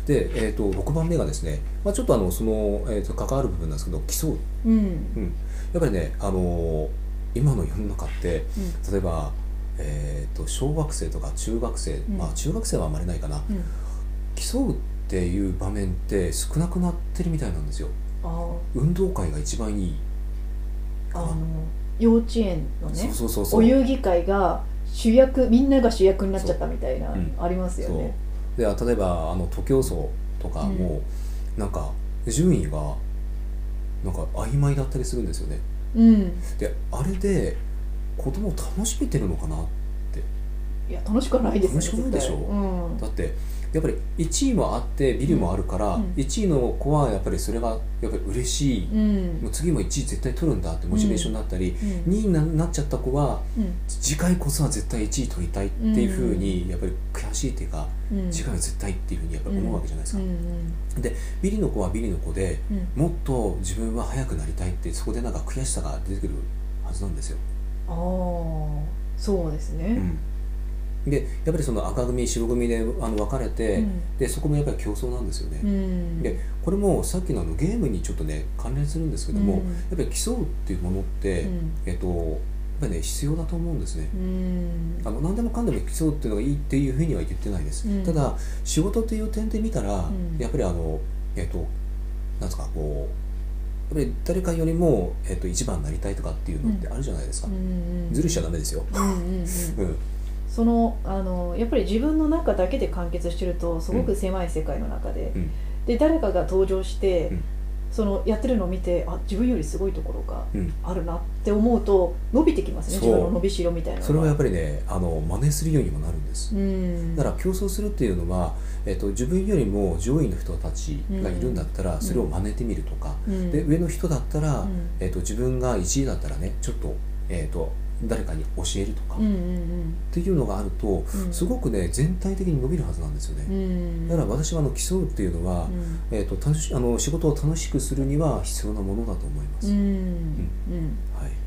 で、6番目がですね、ちょっとその、関わる部分なんですけど、競う、 うん、 やっぱりね、今の世の中って、例えば、小学生とか中学生、中学生はあまりないかな、競うっていう場面って少なくなってるみたいなんですよ。運動会が一番いいかな。 幼稚園のね、 そうお遊戯会が主役、みんなが主役になっちゃったみたいな、ありますよね。 で例えば徒競走とかも、なんか順位がなんか曖昧だったりするんですよね。であれで子供楽しめてるのかなって。 いや楽しくはないですよね。 楽しくないでしょ、だってやっぱり1位もあってビリもあるから、1位の子はやっぱりそれがやっぱり嬉しい、もう次も1位絶対取るんだってモチベーションになったり、2位になっちゃった子は、次回こそは絶対1位取りたいっていうふうにやっぱり悔しいっていうか、次回は絶対っていうふうにやっぱり思うわけじゃないですか。でビリの子はビリの子で、もっと自分は速くなりたいって、そこでなんか悔しさが出てくるはずなんですよ。 そうですね。 でやっぱりその赤組白組で分かれて、でそこもやっぱり競争なんですよね。でこれもさっきのゲームにちょっとね関連するんですけども、やっぱり競うっていうものって、やっぱりね必要だと思うんですね。何でもかんでも競うっていうのがいいっていうふうには言ってないです。ただ仕事という点で見たら、やっぱりなんですか、こうやっぱり誰かよりも、一番になりたいとかっていうのってあるじゃないですか。ずるしちゃダメですよ。 やっぱり自分の中だけで完結してるとすごく狭い世界の中で、で誰かが登場して、そのやってるのを見て、自分よりすごいところがあるなって思うと伸びてきますね、自分の伸びしろみたいなのが。 それはやっぱりね真似するようにもなるんです。だから競争するっていうのは、自分よりも上位の人たちがいるんだったら、それを真似てみるとか、で上の人だったら、自分が1位だったらねちょっと誰かに教えるとかっていうのがあると、すごくね全体的に伸びるはずなんですよね。だから私は競うっていうのは、仕事を楽しくするには必要なものだと思います。はい。